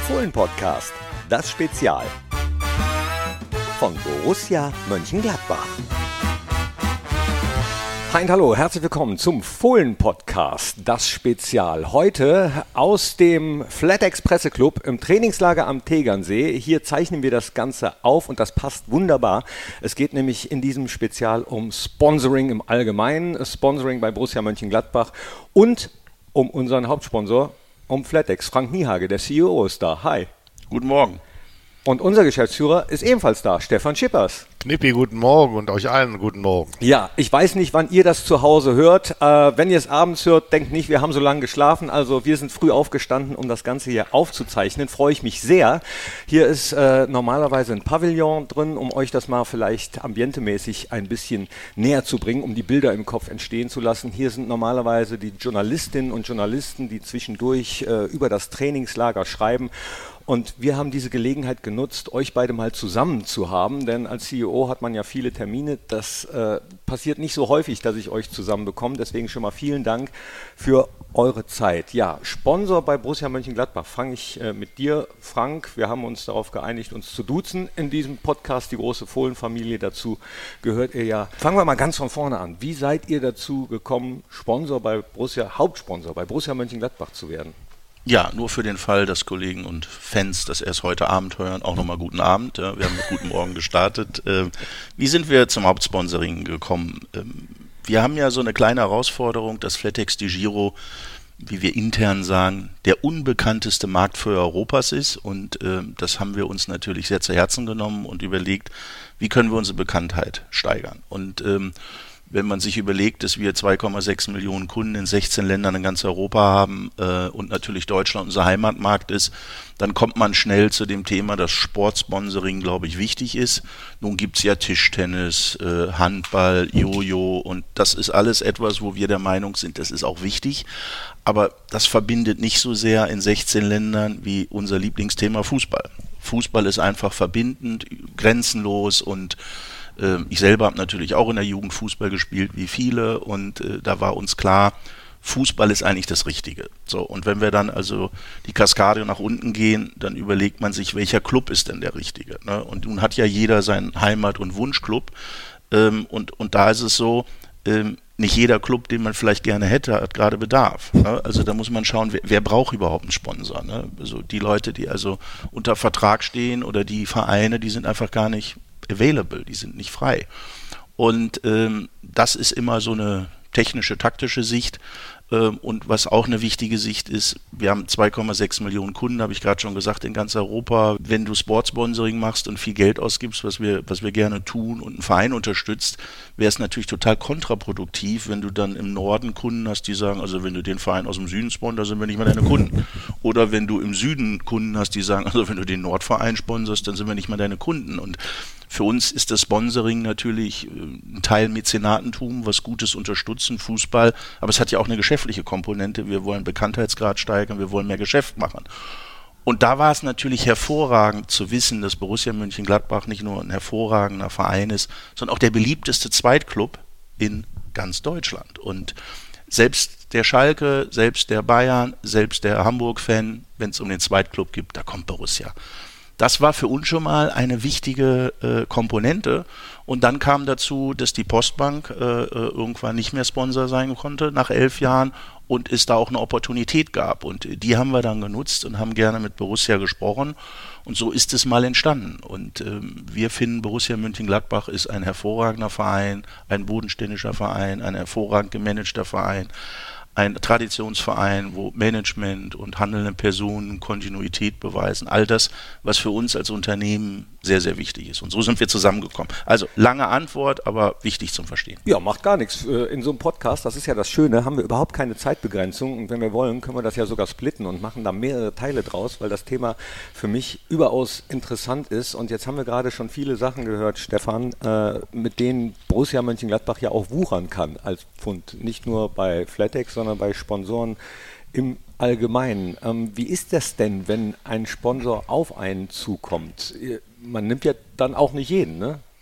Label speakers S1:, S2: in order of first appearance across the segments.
S1: Fohlen-Podcast, das Spezial von Borussia Mönchengladbach. Hi und hallo, herzlich willkommen zum Fohlen-Podcast, das Spezial. Heute aus dem FlatEx Presseclub im Trainingslager am Tegernsee. Hier zeichnen wir das Ganze auf und das passt wunderbar. Es geht nämlich in diesem Spezial um Sponsoring im Allgemeinen, Sponsoring bei Borussia Mönchengladbach und um unseren Hauptsponsor, um FlatEx. Frank Niehage, der CEO, ist da. Hi.
S2: Guten Morgen.
S1: Und unser Geschäftsführer ist ebenfalls da, Stefan Schippers.
S3: Knippi, guten Morgen und euch allen guten Morgen.
S1: Ja, ich weiß nicht, wann ihr das zu Hause hört. Wenn ihr es abends hört, denkt nicht, wir haben so lange geschlafen. Also wir sind früh aufgestanden, um das Ganze hier aufzuzeichnen. Freue ich mich sehr. Hier ist normalerweise ein Pavillon drin, um euch das mal vielleicht ambientemäßig ein bisschen näher zu bringen, um die Bilder im Kopf entstehen zu lassen. Hier sind normalerweise die Journalistinnen und Journalisten, die zwischendurch über das Trainingslager schreiben. Und wir haben diese Gelegenheit genutzt, euch beide mal zusammen zu haben, denn als CEO hat man ja viele Termine. Das passiert nicht so häufig, dass ich euch zusammen bekomme. Deswegen schon mal vielen Dank für eure Zeit. Ja, Sponsor bei Borussia Mönchengladbach. Fange ich mit dir, Frank. Wir haben uns darauf geeinigt, uns zu duzen in diesem Podcast. Die große Fohlenfamilie, dazu gehört ihr ja. Fangen wir mal ganz von vorne an. Wie seid ihr dazu gekommen, Sponsor bei Borussia, Hauptsponsor bei Borussia Mönchengladbach zu werden?
S2: Ja, nur für den Fall, dass Kollegen und Fans das erst heute Abend hören, auch nochmal guten Abend. Wir haben mit guten Morgen gestartet. Wie sind wir zum Hauptsponsoring gekommen? Wir haben ja so eine kleine Herausforderung, dass FlatEx DEGIRO, wie wir intern sagen, der unbekannteste Marktführer Europas ist. Und das haben wir uns natürlich sehr zu Herzen genommen und überlegt, wie können wir unsere Bekanntheit steigern. Und wenn man sich überlegt, dass wir 2,6 Millionen Kunden in 16 Ländern in ganz Europa haben und natürlich Deutschland unser Heimatmarkt ist, dann kommt man schnell zu dem Thema, dass Sportsponsoring, glaube ich, wichtig ist. Nun gibt es ja Tischtennis, Handball, Jojo und das ist alles etwas, wo wir der Meinung sind, das ist auch wichtig. Aber das verbindet nicht so sehr in 16 Ländern wie unser Lieblingsthema Fußball. Fußball ist einfach verbindend, grenzenlos und ich selber habe natürlich auch in der Jugend Fußball gespielt, wie viele, und da war uns klar, Fußball ist eigentlich das Richtige. So, und wenn wir dann also die Kaskade nach unten gehen, dann überlegt man sich, welcher Club ist denn der Richtige, ne? Und nun hat ja jeder seinen Heimat- und Wunschclub und da ist es so, nicht jeder Club, den man vielleicht gerne hätte, hat gerade Bedarf. Ne? Also da muss man schauen, wer braucht überhaupt einen Sponsor. Ne? Also die Leute, die also unter Vertrag stehen oder die Vereine, die sind einfach gar nicht available, die sind nicht frei. Und das ist immer so eine technische, taktische Sicht. Und was auch eine wichtige Sicht ist, wir haben 2,6 Millionen Kunden, habe ich gerade schon gesagt, in ganz Europa. Wenn du Sportsponsoring machst und viel Geld ausgibst, was wir gerne tun und einen Verein unterstützt, wäre es natürlich total kontraproduktiv, wenn du dann im Norden Kunden hast, die sagen, also wenn du den Verein aus dem Süden sponsorst, sind wir nicht mehr deine Kunden. Oder wenn du im Süden Kunden hast, die sagen, also wenn du den Nordverein sponsorst, dann sind wir nicht mehr deine Kunden. Und für uns ist das Sponsoring natürlich ein Teil Mäzenatentum, was Gutes unterstützen, Fußball, aber es hat ja auch eine geschäftliche Komponente. Wir wollen Bekanntheitsgrad steigern, wir wollen mehr Geschäft machen. Und da war es natürlich hervorragend zu wissen, dass Borussia Mönchengladbach nicht nur ein hervorragender Verein ist, sondern auch der beliebteste Zweitclub in ganz Deutschland. Und selbst der Schalke, selbst der Bayern, selbst der Hamburg-Fan, wenn es um den Zweitclub geht, da kommt Borussia. Das war für uns schon mal eine wichtige Komponente. Und dann kam dazu, dass die Postbank irgendwann nicht mehr Sponsor sein konnte nach 11 Jahren und es da auch eine Opportunität gab. Und die haben wir dann genutzt und haben gerne mit Borussia gesprochen. Und so ist es mal entstanden. Und wir finden, Borussia Mönchengladbach ist ein hervorragender Verein, ein bodenständiger Verein, ein hervorragend gemanagter Verein. Ein Traditionsverein, wo Management und handelnde Personen Kontinuität beweisen. All das, was für uns als Unternehmen sehr, sehr wichtig ist. Und so sind wir zusammengekommen. Also lange Antwort, aber wichtig zum Verstehen.
S1: Ja, macht gar nichts. In so einem Podcast, das ist ja das Schöne, haben wir überhaupt keine Zeitbegrenzung. Und wenn wir wollen, können wir das ja sogar splitten und machen da mehrere Teile draus, weil das Thema für mich überaus interessant ist. Und jetzt haben wir gerade schon viele Sachen gehört, Stefan, mit denen Borussia Mönchengladbach ja auch wuchern kann als Pfund. Nicht nur bei FlatEx, sondern bei Sponsoren im Allgemeinen. Wie ist das denn, wenn ein Sponsor auf einen zukommt? Man nimmt ja dann auch nicht jeden, ne?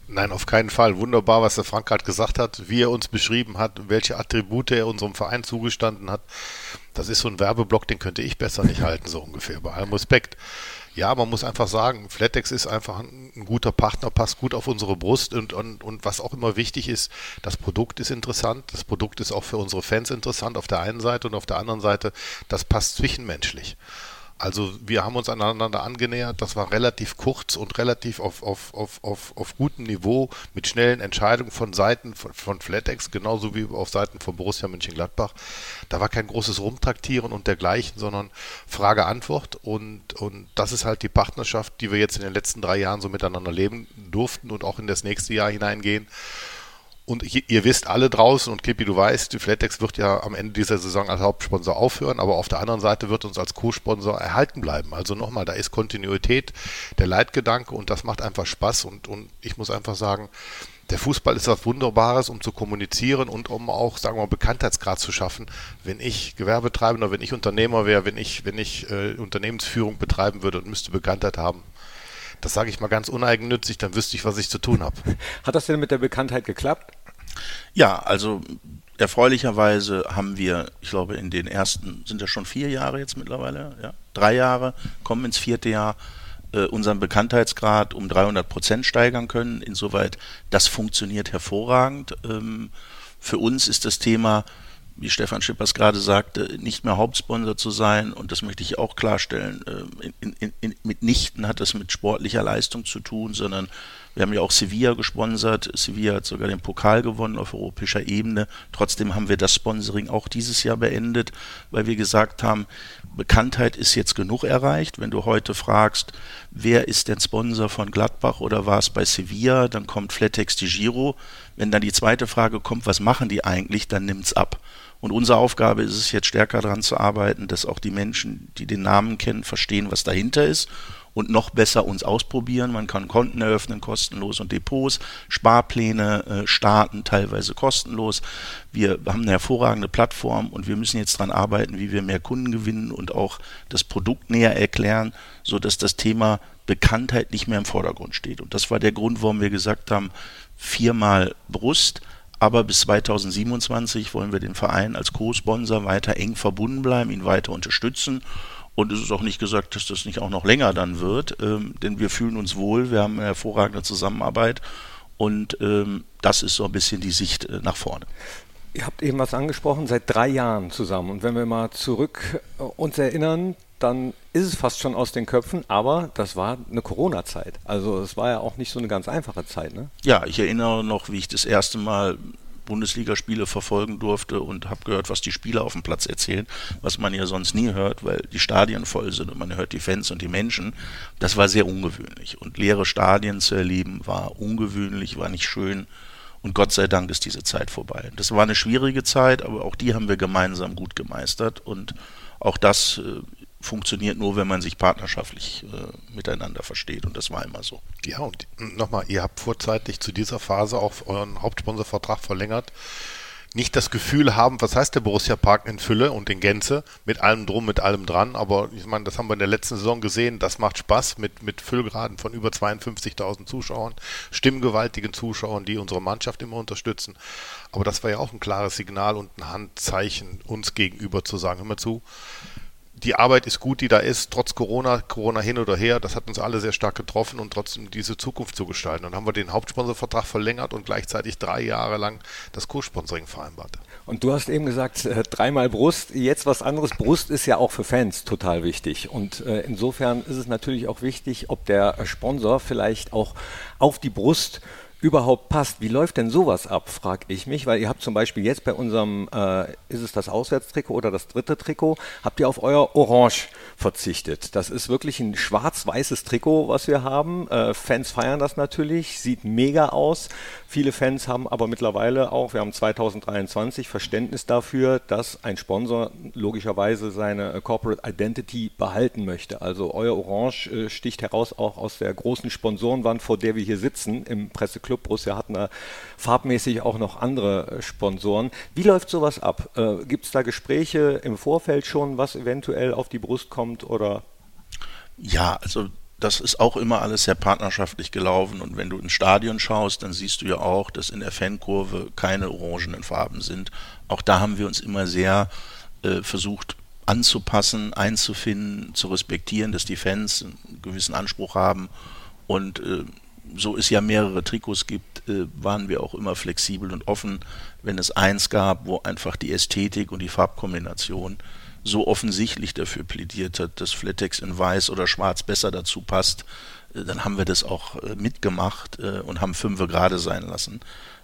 S3: Nein, auf keinen Fall. Wunderbar, was der Frank gerade gesagt hat, wie er uns beschrieben hat, welche Attribute er unserem Verein zugestanden hat. Das ist so ein Werbeblock, den könnte ich besser nicht halten, so ungefähr, bei allem Respekt. Ja, man muss einfach sagen, Flatex ist einfach ein guter Partner, passt gut auf unsere Brust und was auch immer wichtig ist, das Produkt ist interessant, das Produkt ist auch für unsere Fans interessant auf der einen Seite und auf der anderen Seite, das passt zwischenmenschlich. Also wir haben uns aneinander angenähert, das war relativ kurz und relativ auf gutem Niveau mit schnellen Entscheidungen von Seiten von Flatex, genauso wie auf Seiten von Borussia Mönchengladbach. Da war kein großes Rumtraktieren und dergleichen, sondern Frage-Antwort und das ist halt die Partnerschaft, die wir jetzt in den letzten 3 Jahren so miteinander leben durften und auch in das nächste Jahr hineingehen. Und ihr wisst alle draußen, und Kippi, du weißt, die Flatex wird ja am Ende dieser Saison als Hauptsponsor aufhören, aber auf der anderen Seite wird uns als Co-Sponsor erhalten bleiben. Also nochmal, da ist Kontinuität, der Leitgedanke und das macht einfach Spaß. Und ich muss einfach sagen, der Fußball ist was Wunderbares, um zu kommunizieren und um auch, sagen wir mal, Bekanntheitsgrad zu schaffen. Wenn ich Gewerbetreibender, wenn ich Unternehmer wäre, wenn ich Unternehmensführung betreiben würde und müsste Bekanntheit haben, das sage ich mal ganz uneigennützig, dann wüsste ich, was ich zu tun habe.
S1: Hat das denn mit der Bekanntheit geklappt?
S2: Ja, also erfreulicherweise haben wir, ich glaube in den ersten, sind das schon 4 Jahre jetzt mittlerweile, ja, 3 Jahre, kommen ins 4. Jahr, unseren Bekanntheitsgrad um 300% steigern können. Insoweit, das funktioniert hervorragend. Für uns ist das Thema, wie Stefan Schippers gerade sagte, nicht mehr Hauptsponsor zu sein, und das möchte ich auch klarstellen, mitnichten hat das mit sportlicher Leistung zu tun, sondern wir haben ja auch Sevilla gesponsert. Sevilla hat sogar den Pokal gewonnen auf europäischer Ebene. Trotzdem haben wir das Sponsoring auch dieses Jahr beendet, weil wir gesagt haben, Bekanntheit ist jetzt genug erreicht. Wenn du heute fragst, wer ist denn Sponsor von Gladbach oder war es bei Sevilla, dann kommt Flatex de Giro. Wenn dann die zweite Frage kommt, was machen die eigentlich, dann nimmt's ab. Und unsere Aufgabe ist es jetzt stärker daran zu arbeiten, dass auch die Menschen, die den Namen kennen, verstehen, was dahinter ist und noch besser uns ausprobieren. Man kann Konten eröffnen, kostenlos, und Depots, Sparpläne starten, teilweise kostenlos. Wir haben eine hervorragende Plattform und wir müssen jetzt daran arbeiten, wie wir mehr Kunden gewinnen und auch das Produkt näher erklären, sodass das Thema Bekanntheit nicht mehr im Vordergrund steht. Und das war der Grund, warum wir gesagt haben, 4-mal Brust. Aber bis 2027 wollen wir den Verein als Co-Sponsor weiter eng verbunden bleiben, ihn weiter unterstützen. Und es ist auch nicht gesagt, dass das nicht auch noch länger dann wird, denn wir fühlen uns wohl, wir haben eine hervorragende Zusammenarbeit und das ist so ein bisschen die Sicht nach vorne.
S1: Ihr habt eben was angesprochen, seit 3 Jahren zusammen. Und wenn wir mal zurück uns erinnern, dann ist es fast schon aus den Köpfen, aber das war eine Corona-Zeit. Also es war ja auch nicht so eine ganz einfache Zeit, ne?
S2: Ja, ich erinnere noch, wie ich das erste Mal Bundesligaspiele verfolgen durfte und habe gehört, was die Spieler auf dem Platz erzählen, was man ja sonst nie hört, weil die Stadien voll sind und man hört die Fans und die Menschen. Das war sehr ungewöhnlich. Und leere Stadien zu erleben war ungewöhnlich, war nicht schön. Und Gott sei Dank ist diese Zeit vorbei. Das war eine schwierige Zeit, aber auch die haben wir gemeinsam gut gemeistert. Und auch das funktioniert nur, wenn man sich partnerschaftlich miteinander versteht. Und das war immer so.
S3: Ja, und nochmal, ihr habt vorzeitig zu dieser Phase auch euren Hauptsponsorvertrag verlängert. Nicht das Gefühl haben, was heißt der Borussia Park in Fülle und in Gänze, mit allem drum, mit allem dran. Aber ich meine, das haben wir in der letzten Saison gesehen. Das macht Spaß mit Füllgraden von über 52.000 Zuschauern, stimmgewaltigen Zuschauern, die unsere Mannschaft immer unterstützen. Aber das war ja auch ein klares Signal und ein Handzeichen uns gegenüber zu sagen, hör mal zu, die Arbeit ist gut, die da ist, trotz Corona hin oder her, das hat uns alle sehr stark getroffen und trotzdem diese Zukunft zu gestalten. Dann haben wir den Hauptsponsorvertrag verlängert und gleichzeitig 3 Jahre lang das Co-Sponsoring vereinbart.
S1: Und du hast eben gesagt, 3-mal Brust, jetzt was anderes. Brust ist ja auch für Fans total wichtig. Und insofern ist es natürlich auch wichtig, ob der Sponsor vielleicht auch auf die Brust überhaupt passt. Wie läuft denn sowas ab, frage ich mich, weil ihr habt zum Beispiel jetzt bei unserem, ist es das Auswärtstrikot oder das 3. Trikot, habt ihr auf euer Orange verzichtet. Das ist wirklich ein schwarz-weißes Trikot, was wir haben. Fans feiern das natürlich, sieht mega aus. Viele Fans haben aber mittlerweile auch, wir haben 2023 Verständnis dafür, dass ein Sponsor logischerweise seine Corporate Identity behalten möchte. Also euer Orange sticht heraus auch aus der großen Sponsorenwand, vor der wir hier sitzen im Presseclub. Borussia hat farbmäßig auch noch andere Sponsoren. Wie läuft sowas ab? Gibt es da Gespräche im Vorfeld schon, was eventuell auf die Brust kommt? Oder?
S2: Ja, also das ist auch immer alles sehr partnerschaftlich gelaufen. Und wenn du ins Stadion schaust, dann siehst du ja auch, dass in der Fankurve keine orangenen Farben sind. Auch da haben wir uns immer sehr versucht anzupassen, einzufinden, zu respektieren, dass die Fans einen gewissen Anspruch haben. Und so es ja mehrere Trikots gibt, waren wir auch immer flexibel und offen, wenn es eins gab, wo einfach die Ästhetik und die Farbkombination so offensichtlich dafür plädiert hat, dass Flatex in Weiß oder Schwarz besser dazu passt, dann haben wir das auch mitgemacht und haben Fünfe gerade sein lassen.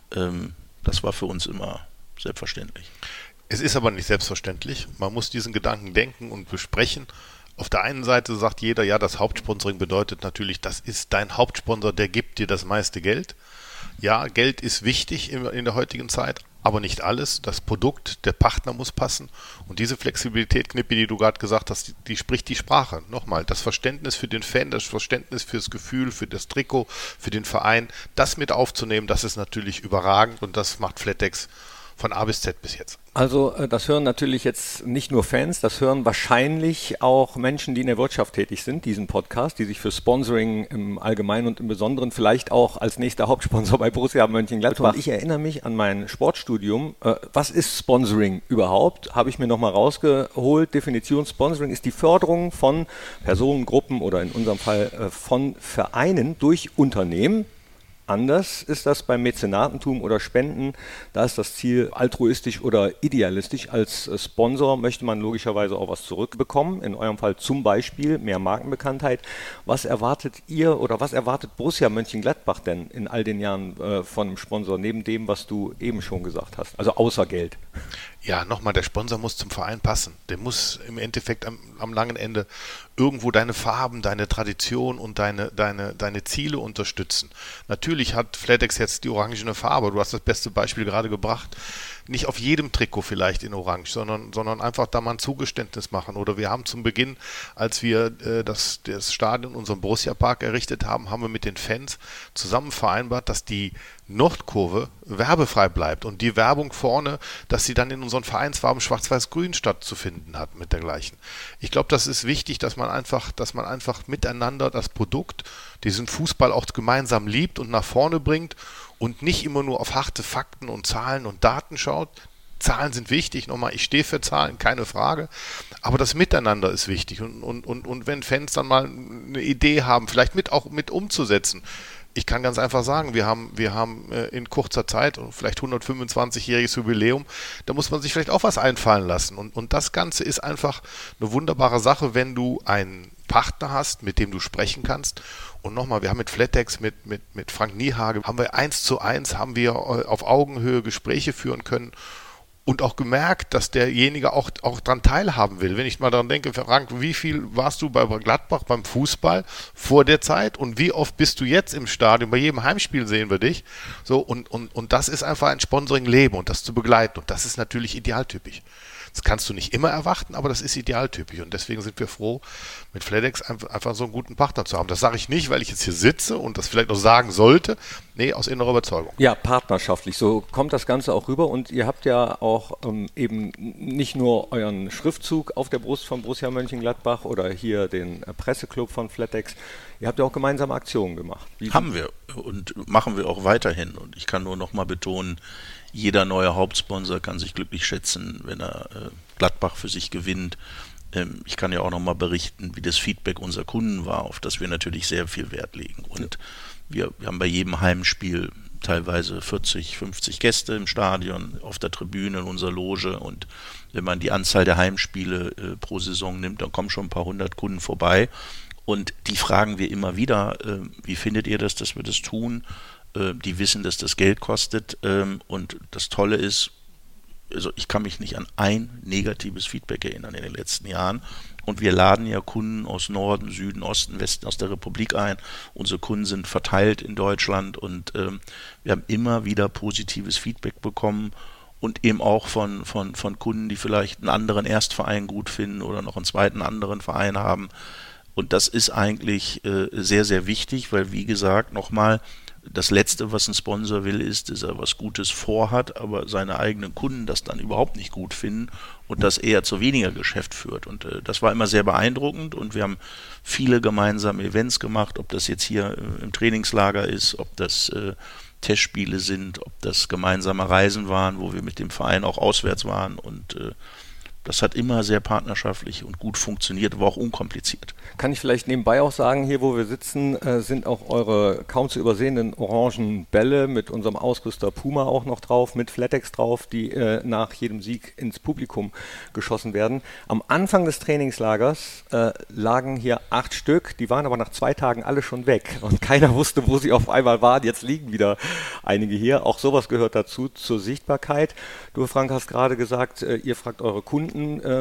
S2: Das war für uns immer selbstverständlich.
S3: Es ist aber nicht selbstverständlich. Man muss diesen Gedanken denken und besprechen. Auf der einen Seite sagt jeder, ja, das Hauptsponsoring bedeutet natürlich, das ist dein Hauptsponsor, der gibt dir das meiste Geld. Ja, Geld ist wichtig in der heutigen Zeit, aber nicht alles. Das Produkt, der Partner muss passen. Und diese Flexibilität, Knippi, die du gerade gesagt hast, die spricht die Sprache. Nochmal, das Verständnis für den Fan, das Verständnis fürs Gefühl, für das Trikot, für den Verein, das mit aufzunehmen, das ist natürlich überragend und das macht Flatex von A bis Z bis jetzt.
S1: Also das hören natürlich jetzt nicht nur Fans, das hören wahrscheinlich auch Menschen, die in der Wirtschaft tätig sind, diesen Podcast, die sich für Sponsoring im Allgemeinen und im Besonderen vielleicht auch als nächster Hauptsponsor bei Borussia Mönchengladbach. Ich erinnere mich an mein Sportstudium. Was ist Sponsoring überhaupt? Habe ich mir nochmal rausgeholt. Definition: Sponsoring ist die Förderung von Personen, Gruppen oder in unserem Fall von Vereinen durch Unternehmen. Anders ist das beim Mäzenatentum oder Spenden. Da ist das Ziel altruistisch oder idealistisch. Als Sponsor möchte man logischerweise auch was zurückbekommen. In eurem Fall zum Beispiel mehr Markenbekanntheit. Was erwartet ihr oder was erwartet Borussia Mönchengladbach denn in all den Jahren von einem Sponsor, neben dem, was du eben schon gesagt hast? Also außer Geld.
S3: Ja, nochmal, der Sponsor muss zum Verein passen. Der muss im Endeffekt am langen Ende irgendwo deine Farben, deine Tradition und deine Ziele unterstützen. Natürlich hat Flatex jetzt die orangene Farbe, du hast das beste Beispiel gerade gebracht. Nicht auf jedem Trikot vielleicht in Orange, sondern einfach da mal ein Zugeständnis machen. Oder wir haben zum Beginn, als wir das Stadion, unseren Borussia-Park errichtet haben, haben wir mit den Fans zusammen vereinbart, dass die Nordkurve werbefrei bleibt und die Werbung vorne, dass sie dann in unseren Vereinsfarben Schwarz-Weiß-Grün stattzufinden hat mit dergleichen. Ich glaube, das ist wichtig, dass man einfach miteinander das Produkt, diesen Fußball auch gemeinsam liebt und nach vorne bringt und nicht immer nur auf harte Fakten und Zahlen und Daten schaut. Zahlen sind wichtig, nochmal, ich stehe für Zahlen, keine Frage, aber das Miteinander ist wichtig und wenn Fans dann mal eine Idee haben, vielleicht auch mit umzusetzen. Ich kann ganz einfach sagen, wir haben in kurzer Zeit, vielleicht 125-jähriges Jubiläum, da muss man sich vielleicht auch was einfallen lassen. Und das Ganze ist einfach eine wunderbare Sache, wenn du einen Partner hast, mit dem du sprechen kannst. Und nochmal, wir haben mit Flatex, mit Frank Niehage, haben wir 1:1, haben wir auf Augenhöhe Gespräche führen können. Und auch gemerkt, dass derjenige auch daran teilhaben will. Wenn ich mal daran denke, Frank, wie viel warst du bei Gladbach beim Fußball vor der Zeit und wie oft bist du jetzt im Stadion? Bei jedem Heimspiel sehen wir dich. So, und das ist einfach ein Sponsoring-Leben und das zu begleiten. Und das ist natürlich idealtypisch. Das kannst du nicht immer erwarten, aber das ist idealtypisch. Und deswegen sind wir froh, mit Flatex einfach so einen guten Partner zu haben. Das sage ich nicht, weil ich jetzt hier sitze und das vielleicht noch sagen sollte. Nee, aus innerer Überzeugung.
S1: Ja, partnerschaftlich. So kommt das Ganze auch rüber. Und ihr habt ja auch eben nicht nur euren Schriftzug auf der Brust von Borussia Mönchengladbach oder hier den Presseclub von Flatex. Ihr habt ja auch gemeinsame Aktionen gemacht.
S2: Haben wir und machen wir auch weiterhin. Und ich kann nur noch mal betonen, jeder neue Hauptsponsor kann sich glücklich schätzen, wenn er Gladbach für sich gewinnt. Ich kann ja auch noch mal berichten, wie das Feedback unserer Kunden war, auf das wir natürlich sehr viel Wert legen. Und wir haben bei jedem Heimspiel teilweise 40, 50 Gäste im Stadion, auf der Tribüne, in unserer Loge. Und wenn man die Anzahl der Heimspiele pro Saison nimmt, dann kommen schon ein paar hundert Kunden vorbei. Und die fragen wir immer wieder, wie findet ihr das, dass wir das tun? Die wissen, dass das Geld kostet. Und das Tolle ist, also ich kann mich nicht an ein negatives Feedback erinnern in den letzten Jahren. Und wir laden ja Kunden aus Norden, Süden, Osten, Westen aus der Republik ein. Unsere Kunden sind verteilt in Deutschland und wir haben immer wieder positives Feedback bekommen und eben auch von Kunden, die vielleicht einen anderen Erstverein gut finden oder noch einen zweiten anderen Verein haben. Und das ist eigentlich sehr, sehr wichtig, weil, wie gesagt, nochmal, das Letzte, was ein Sponsor will, ist, dass er was Gutes vorhat, aber seine eigenen Kunden das dann überhaupt nicht gut finden und das eher zu weniger Geschäft führt. Und das war immer sehr beeindruckend und wir haben viele gemeinsame Events gemacht, ob das jetzt hier im Trainingslager ist, ob das Testspiele sind, ob das gemeinsame Reisen waren, wo wir mit dem Verein auch auswärts waren und das hat immer sehr partnerschaftlich und gut funktioniert, aber auch unkompliziert.
S1: Kann ich vielleicht nebenbei auch sagen, hier wo wir sitzen, sind auch eure kaum zu übersehenden orangen Bälle mit unserem Ausrüster Puma auch noch drauf, mit Flatex drauf, die nach jedem Sieg ins Publikum geschossen werden. Am Anfang des Trainingslagers lagen hier 8 Stück, die waren aber nach 2 Tagen alle schon weg und keiner wusste, wo sie auf einmal waren. Jetzt liegen wieder einige hier. Auch sowas gehört dazu, zur Sichtbarkeit. Du, Frank, hast gerade gesagt, ihr fragt eure Kunden,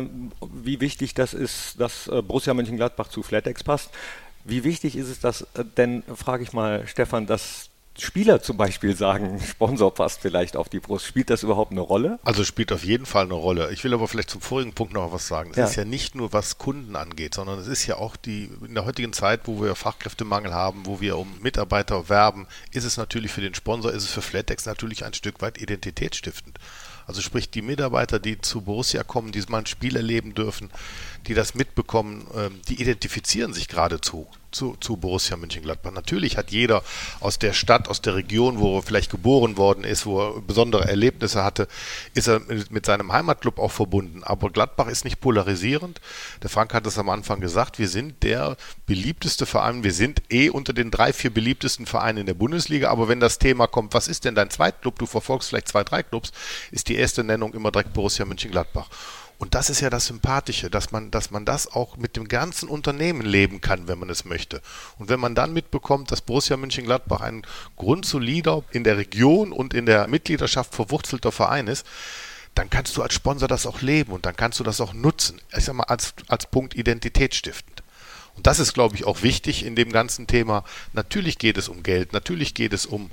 S1: wie wichtig das ist, dass Borussia Mönchengladbach zu Flatex passt. Wie wichtig ist es das denn, frage ich mal Stefan, dass Spieler zum Beispiel sagen, Sponsor passt vielleicht auf die Brust. Spielt das überhaupt eine Rolle?
S3: Also spielt auf jeden Fall eine Rolle. Ich will aber vielleicht zum vorigen Punkt noch was sagen. Es ist ja nicht nur, was Kunden angeht, sondern es ist ja auch in der heutigen Zeit, wo wir Fachkräftemangel haben, wo wir um Mitarbeiter werben, ist es natürlich für den Sponsor, ist es für Flatex natürlich ein Stück weit identitätsstiftend. Also sprich, die Mitarbeiter, die zu Borussia kommen, die mal ein Spiel erleben dürfen, die das mitbekommen, die identifizieren sich geradezu zu Borussia Mönchengladbach. Natürlich hat jeder aus der Stadt, aus der Region, wo er vielleicht geboren worden ist, wo er besondere Erlebnisse hatte, ist er mit seinem Heimatclub auch verbunden. Aber Gladbach ist nicht polarisierend. Der Frank hat es am Anfang gesagt, wir sind der beliebteste Verein, wir sind unter den 3, 4 beliebtesten Vereinen in der Bundesliga, aber wenn das Thema kommt, was ist denn dein Zweitclub, du verfolgst vielleicht 2, 3 Clubs, ist die erste Nennung immer direkt Borussia Mönchengladbach. Und das ist ja das Sympathische, dass man das auch mit dem ganzen Unternehmen leben kann, wenn man es möchte. Und wenn man dann mitbekommt, dass Borussia Mönchengladbach ein grundsolider, in der Region und in der Mitgliedschaft verwurzelter Verein ist, dann kannst du als Sponsor das auch leben und dann kannst du das auch nutzen. Ich sag mal, als Punkt identitätsstiftend. Und das ist, glaube ich, auch wichtig in dem ganzen Thema. Natürlich geht es um Geld, natürlich geht es um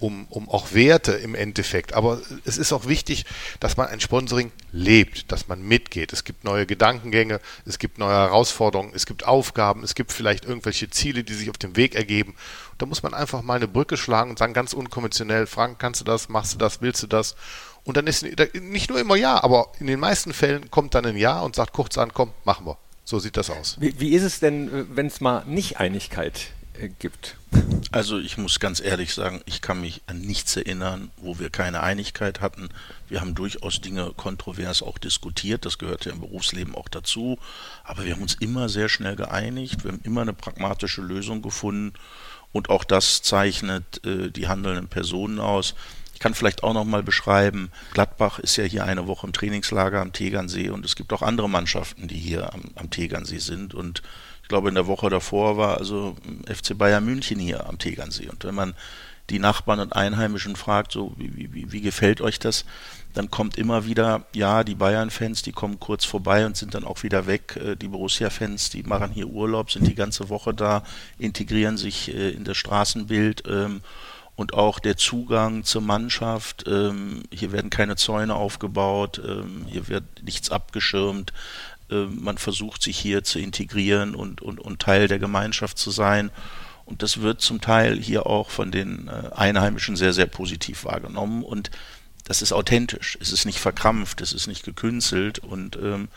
S3: auch Werte im Endeffekt. Aber es ist auch wichtig, dass man ein Sponsoring lebt, dass man mitgeht. Es gibt neue Gedankengänge, es gibt neue Herausforderungen, es gibt Aufgaben, es gibt vielleicht irgendwelche Ziele, die sich auf dem Weg ergeben. Und da muss man einfach mal eine Brücke schlagen und sagen, ganz unkonventionell, Frank, kannst du das, machst du das, willst du das? Und dann ist nicht nur immer Ja, aber in den meisten Fällen kommt dann ein Ja und sagt kurzerhand, komm, machen wir. So sieht das aus.
S1: Wie ist es denn, wenn es mal nicht Einigkeit gibt?
S2: Also ich muss ganz ehrlich sagen, ich kann mich an nichts erinnern, wo wir keine Einigkeit hatten. Wir haben durchaus Dinge kontrovers auch diskutiert, das gehört ja im Berufsleben auch dazu, aber wir haben uns immer sehr schnell geeinigt, wir haben immer eine pragmatische Lösung gefunden und auch das zeichnet die handelnden Personen aus. Ich kann vielleicht auch noch mal beschreiben, Gladbach ist ja hier eine Woche im Trainingslager am Tegernsee und es gibt auch andere Mannschaften, die hier am Tegernsee sind und ich glaube in der Woche davor war also FC Bayern München hier am Tegernsee und wenn man die Nachbarn und Einheimischen fragt, so wie gefällt euch das, dann kommt immer wieder, ja, die Bayern-Fans, die kommen kurz vorbei und sind dann auch wieder weg, die Borussia-Fans, die machen hier Urlaub, sind die ganze Woche da, integrieren sich in das Straßenbild und auch der Zugang zur Mannschaft, hier werden keine Zäune aufgebaut, hier wird nichts abgeschirmt, man versucht sich hier zu integrieren und Teil der Gemeinschaft zu sein und das wird zum Teil hier auch von den Einheimischen sehr, sehr positiv wahrgenommen und das ist authentisch, es ist nicht verkrampft, es ist nicht gekünstelt und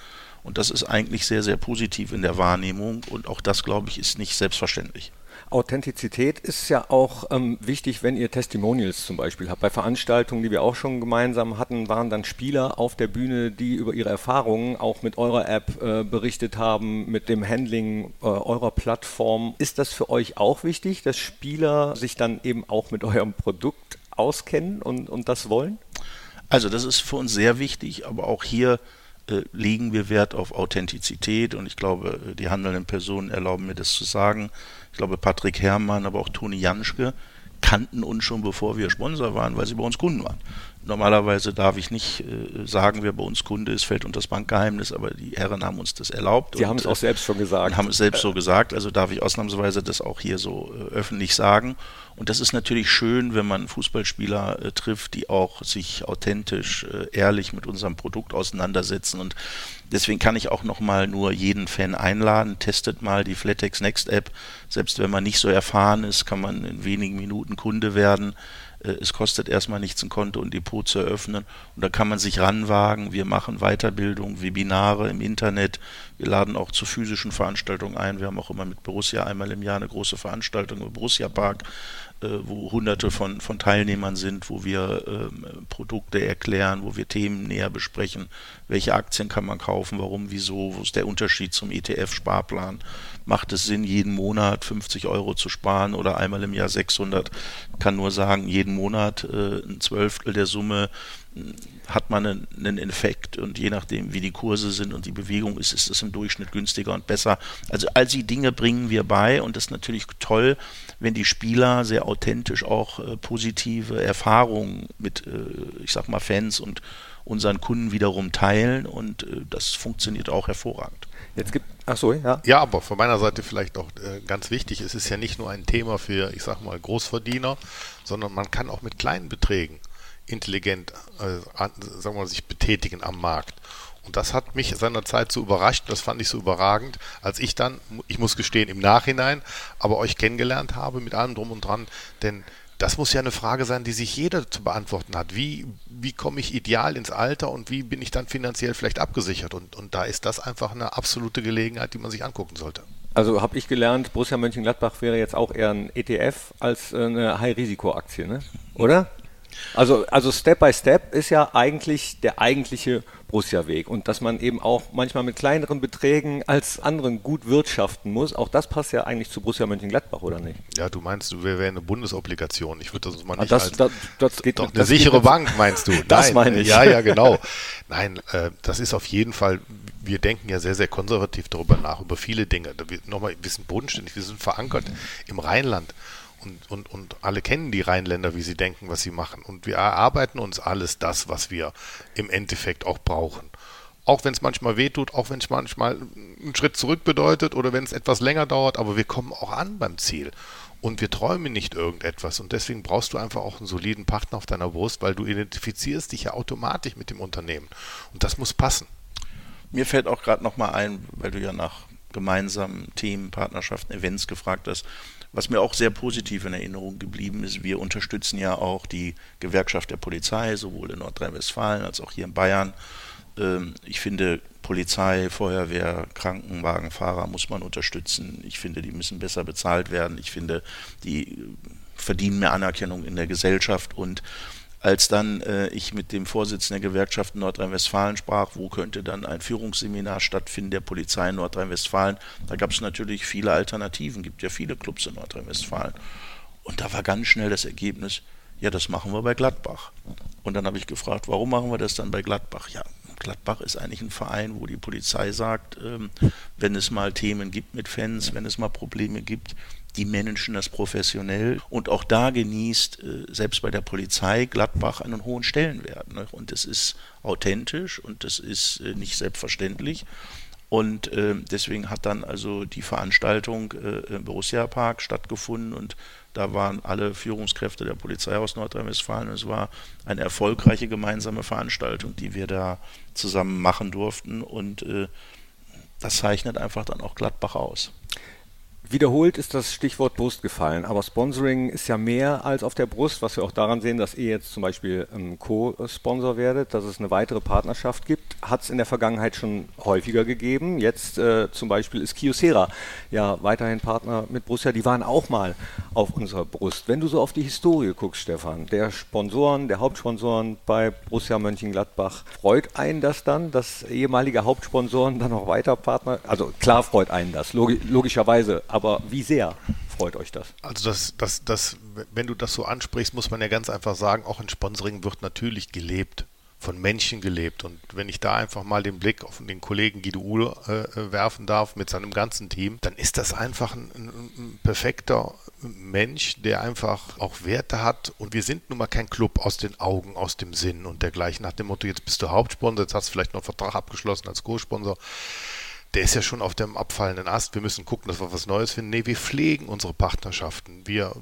S2: das ist eigentlich sehr, sehr positiv in der Wahrnehmung und auch das, glaube ich, ist nicht selbstverständlich.
S1: Authentizität ist ja auch wichtig, wenn ihr Testimonials zum Beispiel habt. Bei Veranstaltungen, die wir auch schon gemeinsam hatten, waren dann Spieler auf der Bühne, die über ihre Erfahrungen auch mit eurer App berichtet haben, mit dem Handling eurer Plattform. Ist das für euch auch wichtig, dass Spieler sich dann eben auch mit eurem Produkt auskennen und das wollen?
S2: Also das ist für uns sehr wichtig, aber auch hier legen wir Wert auf Authentizität und ich glaube, die handelnden Personen erlauben mir das zu sagen. Ich glaube, Patrick Herrmann, aber auch Toni Janschke kannten uns schon, bevor wir Sponsor waren, weil sie bei uns Kunden waren. Normalerweise darf ich nicht sagen, wer bei uns Kunde ist, fällt unter das Bankgeheimnis, aber die Herren haben uns das erlaubt.
S1: Sie haben es auch selbst schon gesagt.
S2: Haben es selbst so gesagt, also darf ich ausnahmsweise das auch hier so öffentlich sagen. Und das ist natürlich schön, wenn man Fußballspieler trifft, die auch sich authentisch, ehrlich mit unserem Produkt auseinandersetzen. Und deswegen kann ich auch nochmal nur jeden Fan einladen, testet mal die Flatex Next App. Selbst wenn man nicht so erfahren ist, kann man in wenigen Minuten Kunde werden. Es kostet erstmal nichts, ein Konto und Depot zu eröffnen. Und da kann man sich ranwagen. Wir machen Weiterbildung, Webinare im Internet. Wir laden auch zu physischen Veranstaltungen ein. Wir haben auch immer mit Borussia einmal im Jahr eine große Veranstaltung im Borussia Park, wo Hunderte von Teilnehmern sind, wo wir Produkte erklären, wo wir Themen näher besprechen. Welche Aktien kann man kaufen, warum, wieso, wo ist der Unterschied zum ETF-Sparplan? Macht es Sinn, jeden Monat 50 € zu sparen oder einmal im Jahr 600? Ich kann nur sagen, jeden Monat ein Zwölftel der Summe hat man einen Effekt, und je nachdem, wie die Kurse sind und die Bewegung ist es im Durchschnitt günstiger und besser. Also all die Dinge bringen wir bei, und das ist natürlich toll, wenn die Spieler sehr authentisch auch positive Erfahrungen mit, ich sag mal, Fans und unseren Kunden wiederum teilen, und das funktioniert auch hervorragend.
S3: Ja, aber von meiner Seite vielleicht auch ganz wichtig, es ist ja nicht nur ein Thema für, ich sag mal, Großverdiener, sondern man kann auch mit kleinen Beträgen intelligent sagen wir, sich betätigen am Markt. Und das hat mich seinerzeit so überrascht, das fand ich so überragend, als ich dann, ich muss gestehen, im Nachhinein, aber euch kennengelernt habe mit allem drum und dran, denn das muss ja eine Frage sein, die sich jeder zu beantworten hat. Wie komme ich ideal ins Alter und wie bin ich dann finanziell vielleicht abgesichert? Und da ist das einfach eine absolute Gelegenheit, die man sich angucken sollte.
S1: Also habe ich gelernt, Borussia Mönchengladbach wäre jetzt auch eher ein ETF als eine High-Risiko-Aktie, ne? Oder? Also Step by Step ist ja eigentlich der eigentliche Borussia-Weg, und dass man eben auch manchmal mit kleineren Beträgen als anderen gut wirtschaften muss, auch das passt ja eigentlich zu Borussia Mönchengladbach, oder nicht?
S3: Ja, du meinst, wir wären eine Bundesobligation. Ich würde das mal nicht
S1: das geht
S3: doch eine sichere Bank, meinst du?
S1: Das meine ich.
S3: Ja, genau. Nein, das ist auf jeden Fall, wir denken ja sehr, sehr konservativ darüber nach, über viele Dinge. Wir sind bodenständig, wir sind verankert im Rheinland. Und alle kennen die Rheinländer, wie sie denken, was sie machen. Und wir erarbeiten uns alles das, was wir im Endeffekt auch brauchen. Auch wenn es manchmal wehtut, auch wenn es manchmal einen Schritt zurück bedeutet oder wenn es etwas länger dauert, aber wir kommen auch an beim Ziel. Und wir träumen nicht irgendetwas. Und deswegen brauchst du einfach auch einen soliden Partner auf deiner Brust, weil du identifizierst dich ja automatisch mit dem Unternehmen. Und das muss passen.
S2: Mir fällt auch gerade nochmal ein, weil du ja nach gemeinsamen Themen, Partnerschaften, Events gefragt hast. Was mir auch sehr positiv in Erinnerung geblieben ist, wir unterstützen ja auch die Gewerkschaft der Polizei, sowohl in Nordrhein-Westfalen als auch hier in Bayern. Ich finde, Polizei, Feuerwehr, Krankenwagenfahrer muss man unterstützen. Ich finde, die müssen besser bezahlt werden. Ich finde, die verdienen mehr Anerkennung in der Gesellschaft. Und als dann ich mit dem Vorsitzenden der Gewerkschaft in Nordrhein-Westfalen sprach, wo könnte dann ein Führungsseminar stattfinden der Polizei in Nordrhein-Westfalen, da gab es natürlich viele Alternativen, gibt ja viele Clubs in Nordrhein-Westfalen. Und da war ganz schnell das Ergebnis, ja, das machen wir bei Gladbach. Und dann habe ich gefragt, warum machen wir das dann bei Gladbach? Ja, Gladbach ist eigentlich ein Verein, wo die Polizei sagt, wenn es mal Themen gibt mit Fans, wenn es mal Probleme gibt, die managen das professionell, und auch da genießt selbst bei der Polizei Gladbach einen hohen Stellenwert. Ne? Und es ist authentisch und es ist nicht selbstverständlich. Und deswegen hat dann also die Veranstaltung im Borussia Park stattgefunden, und da waren alle Führungskräfte der Polizei aus Nordrhein-Westfalen. Es war eine erfolgreiche gemeinsame Veranstaltung, die wir da zusammen machen durften, und das zeichnet einfach dann auch Gladbach aus.
S1: Wiederholt ist das Stichwort Brust gefallen, aber Sponsoring ist ja mehr als auf der Brust, was wir auch daran sehen, dass ihr jetzt zum Beispiel Co-Sponsor werdet, dass es eine weitere Partnerschaft gibt. Hat es in der Vergangenheit schon häufiger gegeben. Jetzt zum Beispiel ist Kyocera ja weiterhin Partner mit Borussia. Die waren auch mal auf unserer Brust. Wenn du so auf die Historie guckst, Stefan, der Sponsoren, der Hauptsponsoren bei Borussia Mönchengladbach, freut einen das dann, dass ehemalige Hauptsponsoren dann auch weiter Partner, also klar freut einen das, logischerweise, aber wie sehr freut euch das?
S3: Also wenn du das so ansprichst, muss man ja ganz einfach sagen, auch ein Sponsoring wird natürlich gelebt von Menschen gelebt. Und wenn ich da einfach mal den Blick auf den Kollegen Guido Uhle werfen darf mit seinem ganzen Team, dann ist das einfach ein perfekter Mensch, der einfach auch Werte hat. Und wir sind nun mal kein Club aus den Augen, aus dem Sinn und dergleichen. Nach dem Motto, jetzt bist du Hauptsponsor, jetzt hast du vielleicht noch einen Vertrag abgeschlossen als Co-Sponsor. Der ist ja schon auf dem abfallenden Ast. Wir müssen gucken, dass wir was Neues finden. Nee, wir pflegen unsere Partnerschaften. Wir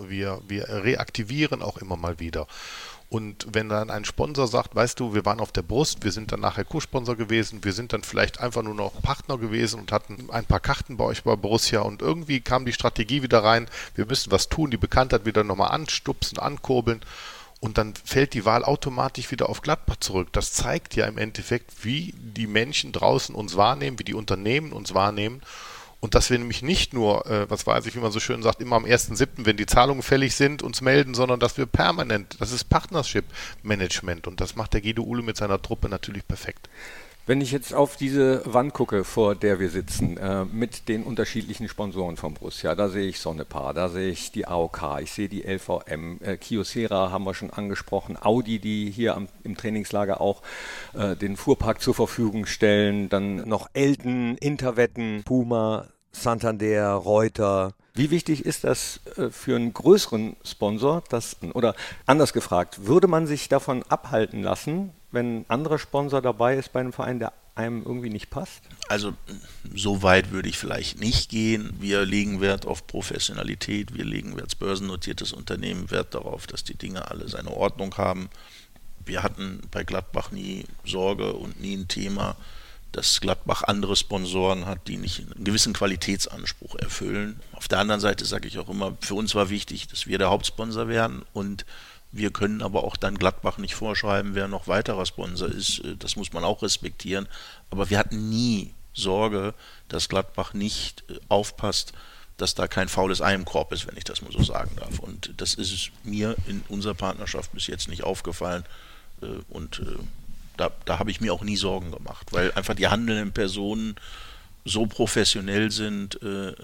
S3: reaktivieren auch immer mal wieder. Und wenn dann ein Sponsor sagt, weißt du, wir waren auf der Brust, wir sind dann nachher Co-Sponsor gewesen, wir sind dann vielleicht einfach nur noch Partner gewesen und hatten ein paar Karten bei euch bei Borussia und irgendwie kam die Strategie wieder rein, wir müssen was tun, die Bekanntheit wieder nochmal anstupsen, ankurbeln und dann fällt die Wahl automatisch wieder auf Gladbach zurück. Das zeigt ja im Endeffekt, wie die Menschen draußen uns wahrnehmen, wie die Unternehmen uns wahrnehmen. Und dass wir nämlich nicht nur, wie man so schön sagt, immer am 1.7., wenn die Zahlungen fällig sind, uns melden, sondern dass wir permanent, das ist Partnership-Management und das macht der Guido Uhle mit seiner Truppe natürlich perfekt.
S1: Wenn ich jetzt auf diese Wand gucke, vor der wir sitzen, mit den unterschiedlichen Sponsoren von Borussia, da sehe ich Sonepar, da sehe ich die AOK, ich sehe die LVM, Kyocera haben wir schon angesprochen, Audi, die hier im Trainingslager auch den Fuhrpark zur Verfügung stellen, dann noch Elten, Interwetten, Puma, Santander, Reuter. Wie wichtig ist das für einen größeren Sponsor, oder anders gefragt, würde man sich davon abhalten lassen, wenn ein anderer Sponsor dabei ist bei einem Verein, der einem irgendwie nicht passt?
S2: Also so weit würde ich vielleicht nicht gehen. Wir legen Wert auf Professionalität, wir legen Wert als börsennotiertes Unternehmen Wert darauf, dass die Dinge alle seine Ordnung haben. Wir hatten bei Gladbach nie Sorge und nie ein Thema, dass Gladbach andere Sponsoren hat, die nicht einen gewissen Qualitätsanspruch erfüllen. Auf der anderen Seite sage ich auch immer, für uns war wichtig, dass wir der Hauptsponsor werden und wir können aber auch dann Gladbach nicht vorschreiben, wer noch weiterer Sponsor ist. Das muss man auch respektieren. Aber wir hatten nie Sorge, dass Gladbach nicht aufpasst, dass da kein faules Ei im Korb ist, wenn ich das mal so sagen darf. Und das ist mir in unserer Partnerschaft bis jetzt nicht aufgefallen. Da habe ich mir auch nie Sorgen gemacht, weil einfach die handelnden Personen so professionell sind.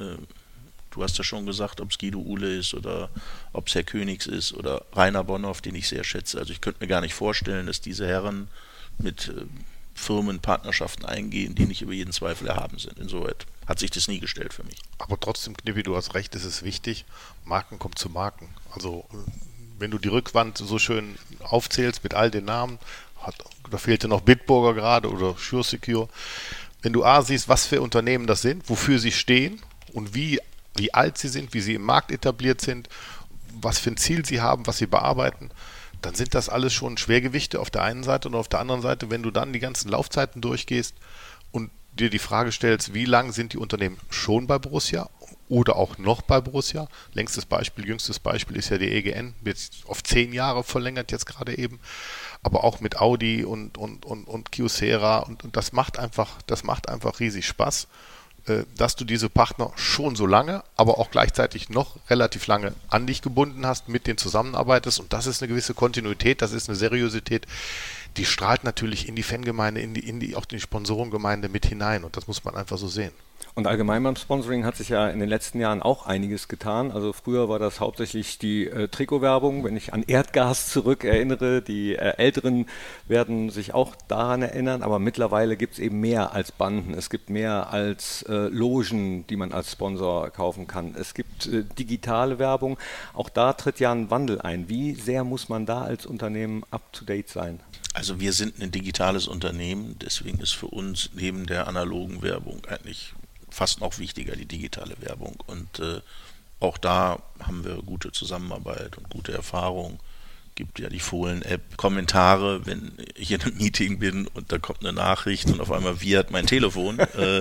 S2: Du hast ja schon gesagt, ob es Guido Uhle ist oder ob es Herr Königs ist oder Rainer Bonhoff, den ich sehr schätze. Also ich könnte mir gar nicht vorstellen, dass diese Herren mit Firmen Partnerschaften eingehen, die nicht über jeden Zweifel erhaben sind. Insoweit hat sich das nie gestellt für mich.
S3: Aber trotzdem, Knippi, du hast recht, es ist wichtig, Marken kommt zu Marken. Also wenn du die Rückwand so schön aufzählst mit all den Namen, da fehlte noch Bitburger gerade oder Sure Secure. Wenn du siehst, was für Unternehmen das sind, wofür sie stehen und wie alt sie sind, wie sie im Markt etabliert sind, was für ein Ziel sie haben, was sie bearbeiten, dann sind das alles schon Schwergewichte auf der einen Seite und auf der anderen Seite, wenn du dann die ganzen Laufzeiten durchgehst und dir die Frage stellst, wie lang sind die Unternehmen schon bei Borussia oder auch noch bei Borussia? Jüngstes Beispiel ist ja die EGN, jetzt auf 10 Jahre verlängert jetzt gerade eben, aber auch mit Audi und Kyocera und das macht einfach riesig Spaß, dass du diese Partner schon so lange, aber auch gleichzeitig noch relativ lange an dich gebunden hast, mit denen zusammenarbeitest und das ist eine gewisse Kontinuität, das ist eine Seriosität, die strahlt natürlich in die Fangemeinde, auch in die Sponsorengemeinde mit hinein und das muss man einfach so sehen.
S1: Und allgemein beim Sponsoring hat sich ja in den letzten Jahren auch einiges getan. Also früher war das hauptsächlich die Trikotwerbung, wenn ich an Erdgas zurück erinnere. Die Älteren werden sich auch daran erinnern, aber mittlerweile gibt es eben mehr als Banden. Es gibt mehr als Logen, die man als Sponsor kaufen kann. Es gibt digitale Werbung. Auch da tritt ja ein Wandel ein. Wie sehr muss man da als Unternehmen up-to-date sein?
S2: Also wir sind ein digitales Unternehmen, deswegen ist für uns neben der analogen Werbung eigentlich fast noch wichtiger die digitale Werbung und auch da haben wir gute Zusammenarbeit und gute Erfahrung. Gibt ja die Fohlen-App, Kommentare, wenn ich in einem Meeting bin und da kommt eine Nachricht und auf einmal wiehert mein Telefon.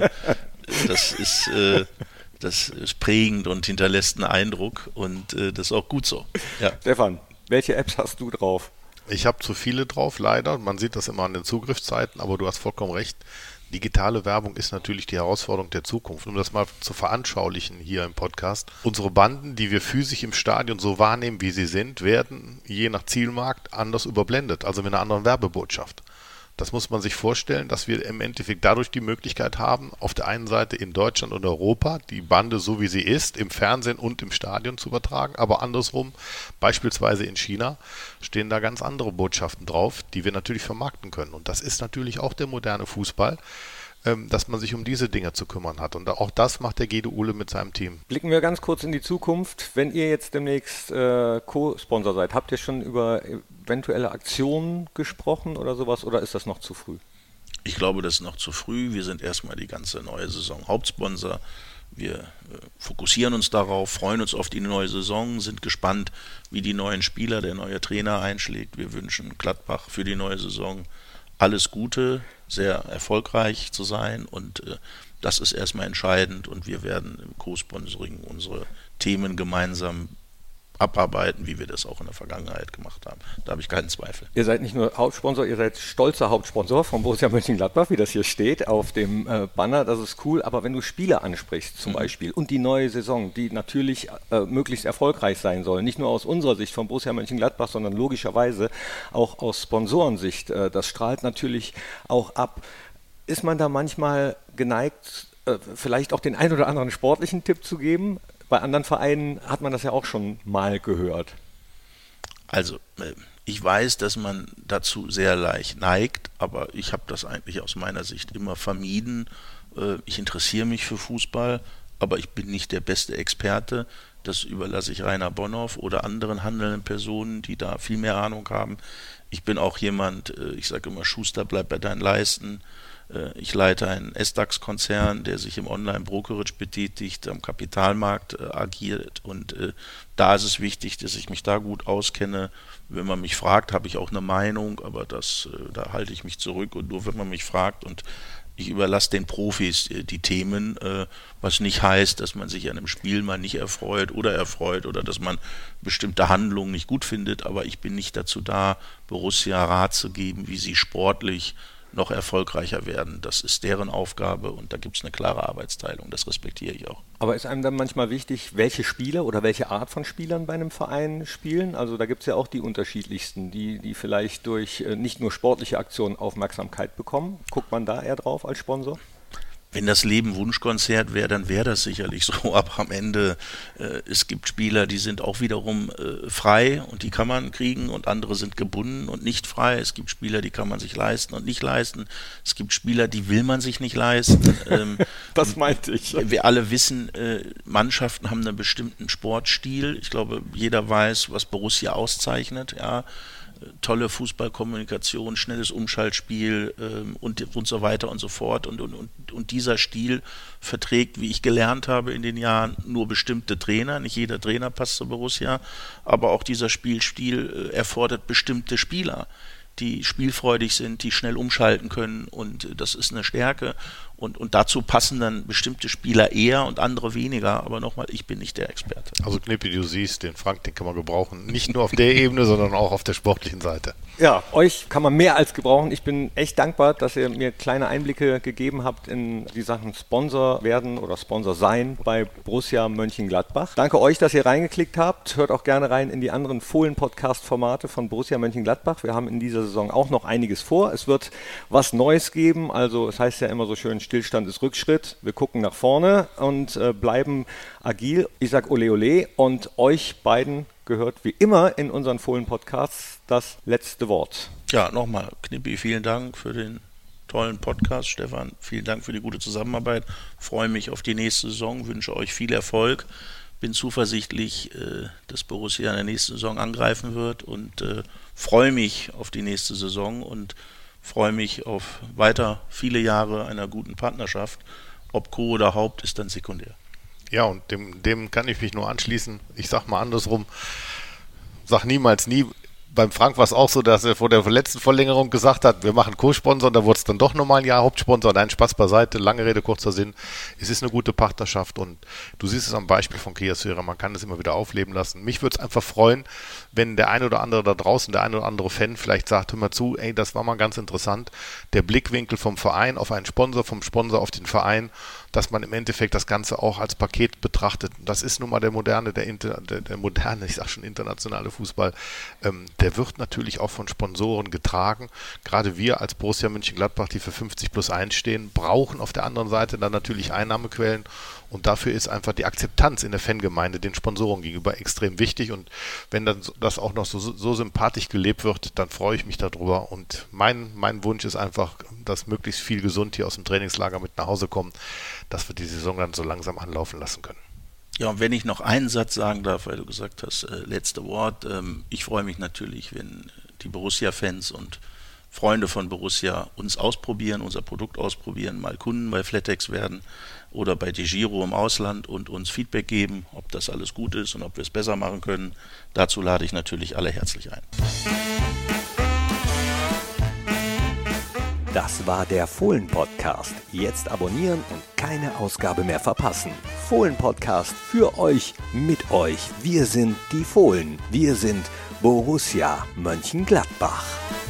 S2: Das ist prägend und hinterlässt einen Eindruck und das ist auch gut so. Ja.
S1: Stefan, welche Apps hast du drauf?
S3: Ich habe zu viele drauf, leider. Man sieht das immer an den Zugriffszeiten, aber du hast vollkommen recht. Digitale Werbung ist natürlich die Herausforderung der Zukunft. Um das mal zu veranschaulichen hier im Podcast. Unsere Banden, die wir physisch im Stadion so wahrnehmen, wie sie sind, werden je nach Zielmarkt anders überblendet, also mit einer anderen Werbebotschaft. Das muss man sich vorstellen, dass wir im Endeffekt dadurch die Möglichkeit haben, auf der einen Seite in Deutschland und Europa die Bande so wie sie ist, im Fernsehen und im Stadion zu übertragen, aber andersrum, beispielsweise in China, stehen da ganz andere Botschaften drauf, die wir natürlich vermarkten können. Und das ist natürlich auch der moderne Fußball, dass man sich um diese Dinge zu kümmern hat. Und auch das macht der Guido Uhle mit seinem Team.
S1: Blicken wir ganz kurz in die Zukunft. Wenn ihr jetzt demnächst Co-Sponsor seid, habt ihr schon über eventuelle Aktionen gesprochen oder sowas, oder ist das noch zu früh?
S2: Ich glaube, das ist noch zu früh. Wir sind erstmal die ganze neue Saison Hauptsponsor. Wir fokussieren uns darauf, freuen uns auf die neue Saison, sind gespannt, wie die neuen Spieler, der neue Trainer einschlägt. Wir wünschen Gladbach für die neue Saison alles Gute, sehr erfolgreich zu sein, und das ist erstmal entscheidend, und wir werden im Co-Sponsoring unsere Themen gemeinsam abarbeiten, wie wir das auch in der Vergangenheit gemacht haben. Da habe ich keinen Zweifel.
S1: Ihr seid nicht nur Hauptsponsor, ihr seid stolzer Hauptsponsor von Borussia Mönchengladbach, wie das hier steht auf dem Banner, das ist cool, aber wenn du Spieler ansprichst zum Beispiel und die neue Saison, die natürlich möglichst erfolgreich sein soll, nicht nur aus unserer Sicht von Borussia Mönchengladbach, sondern logischerweise auch aus Sponsorensicht, das strahlt natürlich auch ab. Ist man da manchmal geneigt, vielleicht auch den ein oder anderen sportlichen Tipp zu geben? Bei anderen Vereinen hat man das ja auch schon mal gehört.
S2: Also, ich weiß, dass man dazu sehr leicht neigt, aber ich habe das eigentlich aus meiner Sicht immer vermieden. Ich interessiere mich für Fußball, aber ich bin nicht der beste Experte. Das überlasse ich Rainer Bonhoff oder anderen handelnden Personen, die da viel mehr Ahnung haben. Ich bin auch jemand, ich sage immer, Schuster, bleib bei deinen Leisten. Ich leite einen SDAX-Konzern, der sich im Online-Brokerage betätigt, am Kapitalmarkt agiert, und da ist es wichtig, dass ich mich da gut auskenne. Wenn man mich fragt, habe ich auch eine Meinung, aber da halte ich mich zurück, und nur wenn man mich fragt, und ich überlasse den Profis die Themen, was nicht heißt, dass man sich an einem Spiel mal nicht erfreut oder dass man bestimmte Handlungen nicht gut findet, aber ich bin nicht dazu da, Borussia Rat zu geben, wie sie sportlich noch erfolgreicher werden. Das ist deren Aufgabe, und da gibt es eine klare Arbeitsteilung. Das respektiere ich auch.
S1: Aber ist einem dann manchmal wichtig, welche Spieler oder welche Art von Spielern bei einem Verein spielen? Also da gibt es ja auch die unterschiedlichsten, die vielleicht durch nicht nur sportliche Aktionen Aufmerksamkeit bekommen. Guckt man da eher drauf als Sponsor?
S2: Wenn das Leben Wunschkonzert wäre, dann wäre das sicherlich so, aber am Ende, es gibt Spieler, die sind auch wiederum frei und die kann man kriegen, und andere sind gebunden und nicht frei. Es gibt Spieler, die kann man sich leisten und nicht leisten. Es gibt Spieler, die will man sich nicht leisten.
S1: Das meinte ich.
S2: Wir alle wissen, Mannschaften haben einen bestimmten Sportstil. Ich glaube, jeder weiß, was Borussia auszeichnet, ja. Tolle Fußballkommunikation, schnelles Umschaltspiel und so weiter und so fort. Und dieser Stil verträgt, wie ich gelernt habe in den Jahren, nur bestimmte Trainer. Nicht jeder Trainer passt zu Borussia, aber auch dieser Spielstil erfordert bestimmte Spieler, die spielfreudig sind, die schnell umschalten können, und das ist eine Stärke. Und dazu passen dann bestimmte Spieler eher und andere weniger. Aber nochmal, ich bin nicht der Experte.
S3: Also Knippi, du siehst, den Frank, den kann man gebrauchen. Nicht nur auf der Ebene, sondern auch auf der sportlichen Seite.
S1: Ja, euch kann man mehr als gebrauchen. Ich bin echt dankbar, dass ihr mir kleine Einblicke gegeben habt in die Sachen Sponsor werden oder Sponsor sein bei Borussia Mönchengladbach. Danke euch, dass ihr reingeklickt habt. Hört auch gerne rein in die anderen Fohlen-Podcast-Formate von Borussia Mönchengladbach. Wir haben in dieser Saison auch noch einiges vor. Es wird was Neues geben. Also es heißt ja immer so schön, Stillstand ist Rückschritt. Wir gucken nach vorne und bleiben agil. Ich sage Ole Ole, und euch beiden gehört wie immer in unseren Fohlen-Podcasts das letzte Wort.
S2: Ja, nochmal, Knippi, vielen Dank für den tollen Podcast. Stefan, vielen Dank für die gute Zusammenarbeit. Freue mich auf die nächste Saison, wünsche euch viel Erfolg. Bin zuversichtlich, dass Borussia in der nächsten Saison angreifen wird, und freue mich auf die nächste Saison und freue mich auf weiter viele Jahre einer guten Partnerschaft. Ob Co. oder Haupt ist dann sekundär.
S3: Ja, und dem kann ich mich nur anschließen. Ich sag mal andersrum, sag niemals nie. Beim Frank war es auch so, dass er vor der letzten Verlängerung gesagt hat, wir machen Co-Sponsor, und da wurde es dann doch nochmal ein Jahr Hauptsponsor. Nein, Spaß beiseite, lange Rede, kurzer Sinn. Es ist eine gute Partnerschaft, und du siehst es am Beispiel von Kyocera, man kann es immer wieder aufleben lassen. Mich würde es einfach freuen, wenn der ein oder andere da draußen, der ein oder andere Fan vielleicht sagt, hör mal zu, das war mal ganz interessant, der Blickwinkel vom Verein auf einen Sponsor, vom Sponsor auf den Verein, dass man im Endeffekt das Ganze auch als Paket betrachtet. Das ist nun mal der moderne, ich sag schon internationale Fußball, der wird natürlich auch von Sponsoren getragen. Gerade wir als Borussia Mönchengladbach, die für 50+1 stehen, brauchen auf der anderen Seite dann natürlich Einnahmequellen. Und dafür ist einfach die Akzeptanz in der Fangemeinde den Sponsoren gegenüber extrem wichtig. Und wenn dann das auch noch so sympathisch gelebt wird, dann freue ich mich darüber. Und mein Wunsch ist einfach, dass möglichst viel gesund hier aus dem Trainingslager mit nach Hause kommen, dass wir die Saison dann so langsam anlaufen lassen können.
S2: Ja, und wenn ich noch einen Satz sagen darf, weil du gesagt hast, letzte Wort. Ich freue mich natürlich, wenn die Borussia-Fans und Freunde von Borussia uns ausprobieren, unser Produkt ausprobieren, mal Kunden bei Flatex werden oder bei DEGIRO im Ausland und uns Feedback geben, ob das alles gut ist und ob wir es besser machen können. Dazu lade ich natürlich alle herzlich ein.
S1: Das war der Fohlen-Podcast. Jetzt abonnieren und keine Ausgabe mehr verpassen. Fohlen-Podcast für euch, mit euch. Wir sind die Fohlen. Wir sind Borussia Mönchengladbach.